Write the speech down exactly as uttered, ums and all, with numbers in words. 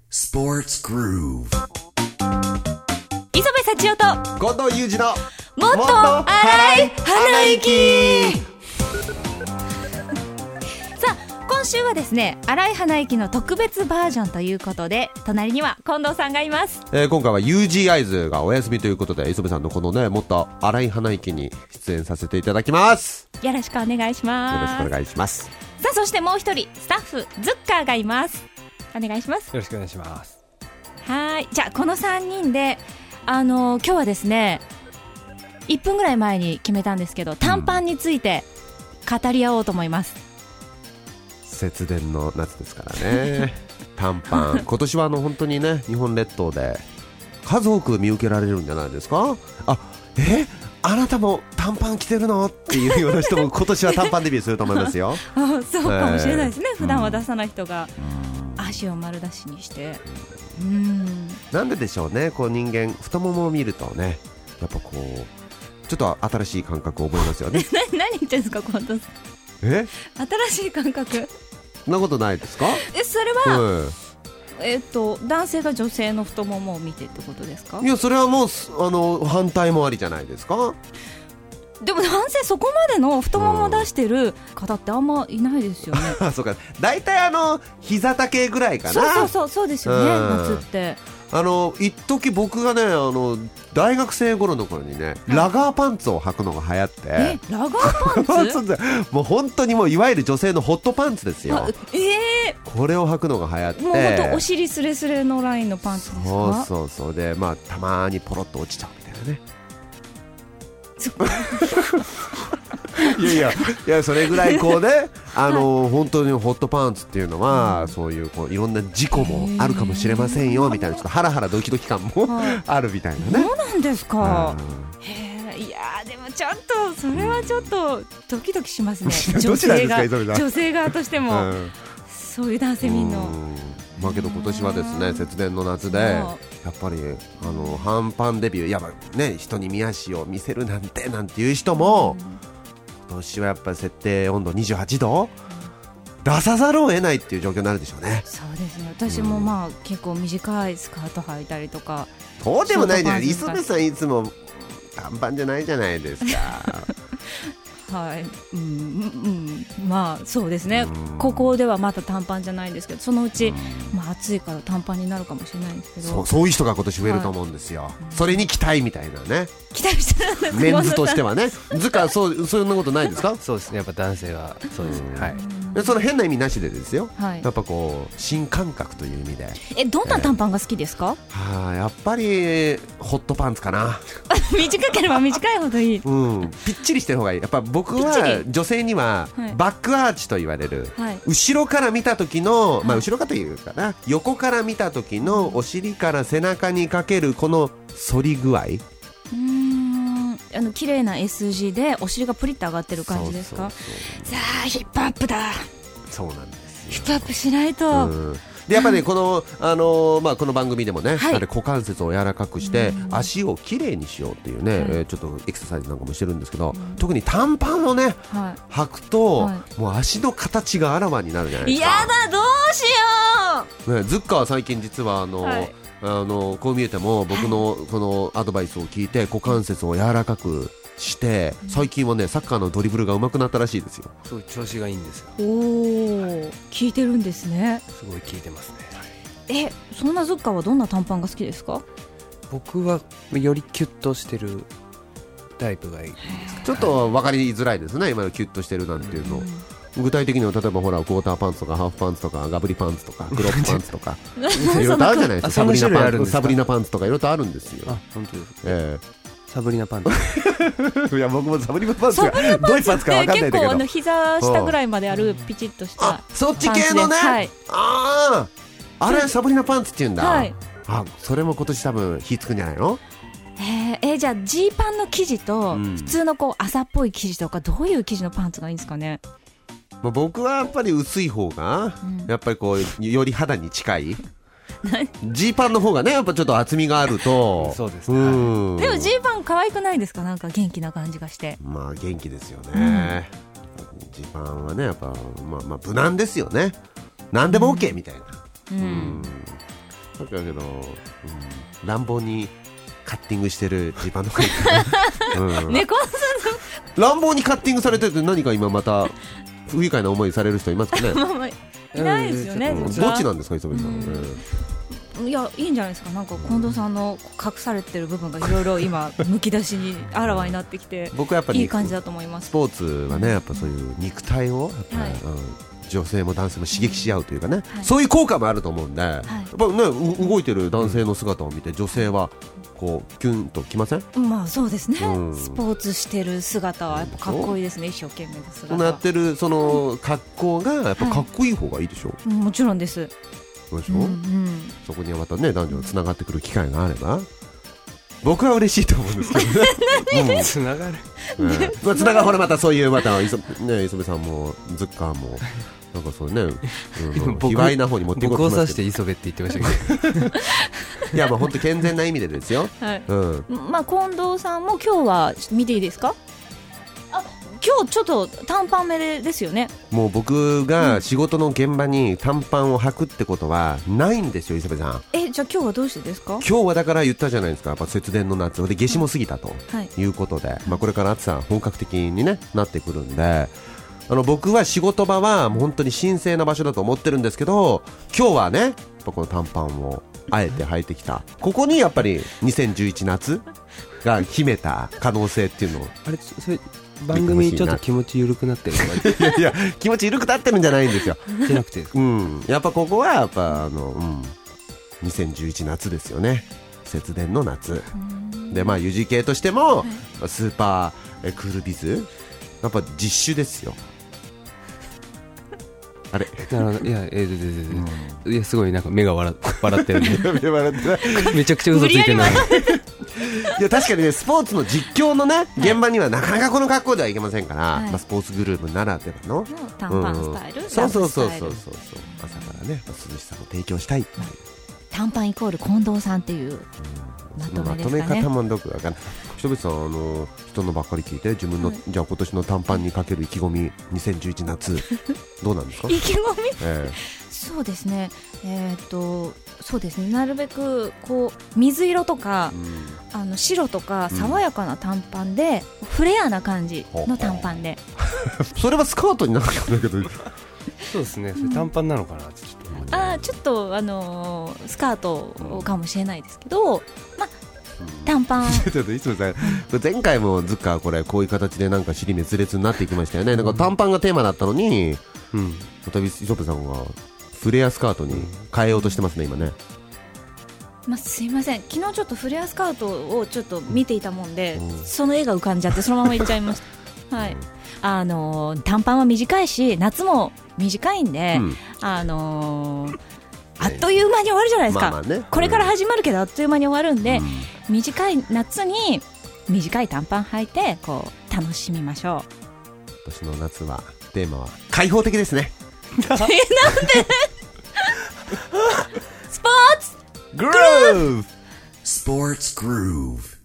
Sports Groove。 磯部幸男と近藤裕二のもっと荒い鼻息。さあ今週はですね、荒い鼻息の特別バージョンということで、隣には近藤さんがいます。 えー、今回は ユージー アイズがお休みということで、磯部さんのこのね、もっと荒い鼻息に出演させていただきます。 よろしくお願いします。 よろしくお願いします。 さあそしてもう一人スタッフズッカーがいます。お願いします。 よろしくお願いします。 はい、じゃあこのさんにんで、あのー、今日はですねいっぷんぐらい前に決めたんですけど、短パンについて語り合おうと思います。 節電の夏ですからね短パン、今年はあの本当にね、日本列島で数多く見受けられるんじゃないですか。あ、えあなたも短パン着てるのっていうような人も今年は短パンデビューすると思いますよあ、そうかもしれないですね、 えー、 普段は出さない人が足を丸出しにして、うん、 なんででしょうね。こう人間太ももを見るとね、やっぱこうちょっと新しい感覚を覚えますよね何言ってんですか近藤さん。 え新しい感覚、 そんなことないですか。 えそれは、 うん、 えっと、男性が女性の太ももを見てってことですか。 いや、それはもうあの反対もありじゃないですか。 でも男性そこまでの太ももを出してる方ってあんまいないですよね、 うん、そうか、大体あの膝丈ぐらいかな。 そうそうそうそうですよね、 うん、 夏って。 あの一時僕がね、あの大学生頃の頃にね、ラガーパンツを履くのが流行って、 えラガーパンツもう本当にもういわゆる女性のホットパンツですよ。 えー、 これを履くのが流行って、 もう本当お尻スレスレのラインのパンツですか。 そうそうそうで、まあ、たまにポロッと落ちちゃうみたいなねいやいやいや、それぐらいこうね、あの、はい、本当にホットパンツっていうのは、うん、そういうこういろんな事故もあるかもしれませんよみたいな、ちょっとハラハラドキドキ感も、はい、あるみたいなね。 そうなんですか。へー、いやでもちょっとそれはちょっとドキドキしますね女性が女性側としても、うん、そういう男性みんな。 まあけど今年はですね、節電の夏でやっぱりあの半パンデビュー、やばいね、人に見足を見せるなんてなんていう人も、うん、今年はやっぱり設定温度にじゅうはちど、うん、出さざるを得ないっていう状況になるでしょうね。 そうですね、私もまあ、うん、結構短いスカート履いたりとか。 そうでもないじゃない、磯部さんいつも短パンじゃないじゃないですかはい、うんうんうん、まあそうですね、ここではまだ短パンじゃないんですけど、そのうち、まあ、暑いから短パンになるかもしれないんですけど、 そう、そういう人が今年増えると思うんですよ、はい、それに期待みたいなね、 期待してるんですメンズとしてはねずか、そうそんなことないですか。 そうですね、やっぱ男性はそうですね、はい、 その変な意味なしでですよ、 はい、 やっぱこう新感覚という意味で。 えどんな短パンが好きですか。 えー、はあ、やっぱりホットパンツかな短ければ短いほどいい、 うん、ぴっちりしてる方がいい。やっぱ僕は女性にはバックアーチと言われる、はい、後ろから見た時の、はい、まあ後ろからというかな、横から見た時のお尻から背中にかけるこの反り具合、うーん、あの綺麗な S 字でお尻がプリッと上がってる感じですか。 そうそうそう、 さあヒップアップだ。 そうなんですよ、 ヒップアップしないと、うん、 でやっぱり、ね、この、あのーまあ、この番組でもね、はい、股関節を柔らかくして足をきれいにしようっていうね、はい、えー、ちょっとエクササイズなんかもしてるんですけど、特に短パンをね、はい、履くと、はい、もう足の形があらわになるじゃないですか。 やだ、どうしよう、ね、ズッカーは最近実はあのーはい、あのこう見えても僕のこのアドバイスを聞いて股関節を柔らかくして最近はね、サッカーのドリブルが上手くなったらしいですよ。 すごい調子がいいんですよ。 おー、効いてるんですね。 すごい効いてますね。 え、そんなズッカーはどんな短パンが好きですか。 僕はよりキュッとしてるタイプがいいです。 ちょっと分かりづらいですね、今のキュッとしてるなんていうの、うん、具体的には例えばほらクォーターパンツとかハーフパンツとかガブリパンツとかクロップパンツとかいろいろとあるじゃないですか。サブリナパンツ、サブリナパンツとかいろいろとあるんですよ。 あ、本当です、 えーサブリナパンツいや僕もサブリナパンツがどういうパンツか分かんないんだけど、 結構あの膝下ぐらいまであるピチッとしたパンツです。 あ、そっち系のね、はい、ああ、あれサブリナパンツって言うんだ、はい、あ、それも今年多分火つくんじゃないの。 えー、えー、じゃあジーパンの生地と普通のこう朝っぽい生地とか、どういう生地のパンツがいいんですかね。 まあ、僕はやっぱり薄い方が、うん、やっぱりこうより肌に近いジーパンの方がね、やっぱちょっと厚みがあるとそうですね、 うん、でもジーパン可愛くないですか。なんか元気な感じがして。 まあ元気ですよね、うん、ジーパンはねやっぱまあまあ無難ですよね。何でも OK みたいな、うんうん、 だけど、うん、乱暴にカッティングしてるジーパンの方がいいかな、うん、 猫乱暴にカッティングされてて何か今また不愉快な思いされる人いますかね。 まあまあいないですよね、 うん、 そちらどっちなんですか磯部さん、 うん、いやいいんじゃないですか。なんか近藤さんの隠されてる部分がいろいろ今むき出しにあらわになってきて僕はやっぱりいい感じだと思います。 スポーツはねやっぱそういう肉体をやっぱり、 はい、 うん、女性も男性も刺激し合うというかね、 はい、 そういう効果もあると思うんで、はい、やっぱね動いてる男性の姿を見て女性はこうキュンときません？ まあそうですね、うん、スポーツしてる姿はやっぱかっこいいですね。一生懸命な姿そのやってるその格好がやっぱかっこいい方がいいでしょ、 はい、もちろんです。 そうでしょ、 うんうん、 そこにはまたね男女がつながってくる機会があれば僕は嬉しいと思うんですけどね。 つながる、 ね、まあ、つながるほらまたそういうまた磯、ね、磯部さんもズッカーもなんかそうね、うん、卑猥な方に持っていこうと僕を指して磯部って言ってましたけどいやまあ本当健全な意味でですよ、 はい、 うん、 まあ近藤さんも今日は見ていいですか？あ、今日ちょっと短パン目でですよね。 もう僕が仕事の現場に短パンを履くってことはないんですよ磯部さん。 え、じゃあ今日はどうしてですか？ 今日はだから言ったじゃないですか、やっぱ節電の夏で夏至も過ぎたということで、はい、まあ、これから暑さ本格的に、ね、なってくるんで、あの僕は仕事場はもう本当に神聖な場所だと思ってるんですけど、今日はねやっぱこの短パンをあえて履いてきた、ここにやっぱりにせんじゅういち夏が秘めた可能性っていうのをあれそれ番組ちょっと気持ち緩くなってるのかいやいや気持ち緩くなってるんじゃないんですよじゃなくて、 うん、やっぱここはやっぱあの、うん、にせんじゅういち夏ですよね。節電の夏で、まあ ユージーケー としても、はい、スーパーえクールビズやっぱ実習ですよあれなるほど。いや、えーうん、いやすごいなんか目が笑笑ってるんで目笑ってないめちゃくちゃ嘘ついてないいや確かにねスポーツの実況のね現場にはなかなかこの格好ではいけませんから、はい、まあ、スポーツグループならではの短パンスタイル、うん、 そうそうそうそうそうそう朝からね涼しさを提供したいっていう、 短パンイコール近藤さんっていう、うん、まとめですかね。 まとめ方もどくわかんない。ひとぶさんあの人のばっかり聞いて自分の、はい、じゃあ今年の短パンにかける意気込みにせんじゅういち夏どうなんですか？ 意気込み、 えー、 そうですね、えー、っとそうですね、なるべくこう水色とか、うん、あの白とか爽やかな短パンで、うん、フレアな感じの短パンでそれはスカートになるんだけどそうですね、それ短パンなのかな、うん、ちょっとあちょっと、あのー、スカートかもしれないですけど、まあ短パンちょっといつもさ前回もズッカーこれこういう形でなんか尻滅裂になっていきましたよね。なんか短パンがテーマだったのに、うん、また磯部さんがフレアスカートに変えようとしてますね今ね。 まあ、すいません、昨日ちょっとフレアスカートをちょっと見ていたもんで、うん、その絵が浮かんじゃってそのままいっちゃいましたはい、あのー、短パンは短いし夏も短いんで、うん、あのーあっという間に終わるじゃないですか、まあまあね、これから始まるけどあっという間に終わるんで、うん、短い夏に短い短パン履いてこう楽しみましょう。 今年の夏はテーマは開放的ですねなんでスポーツグルーヴスポーツグルーヴ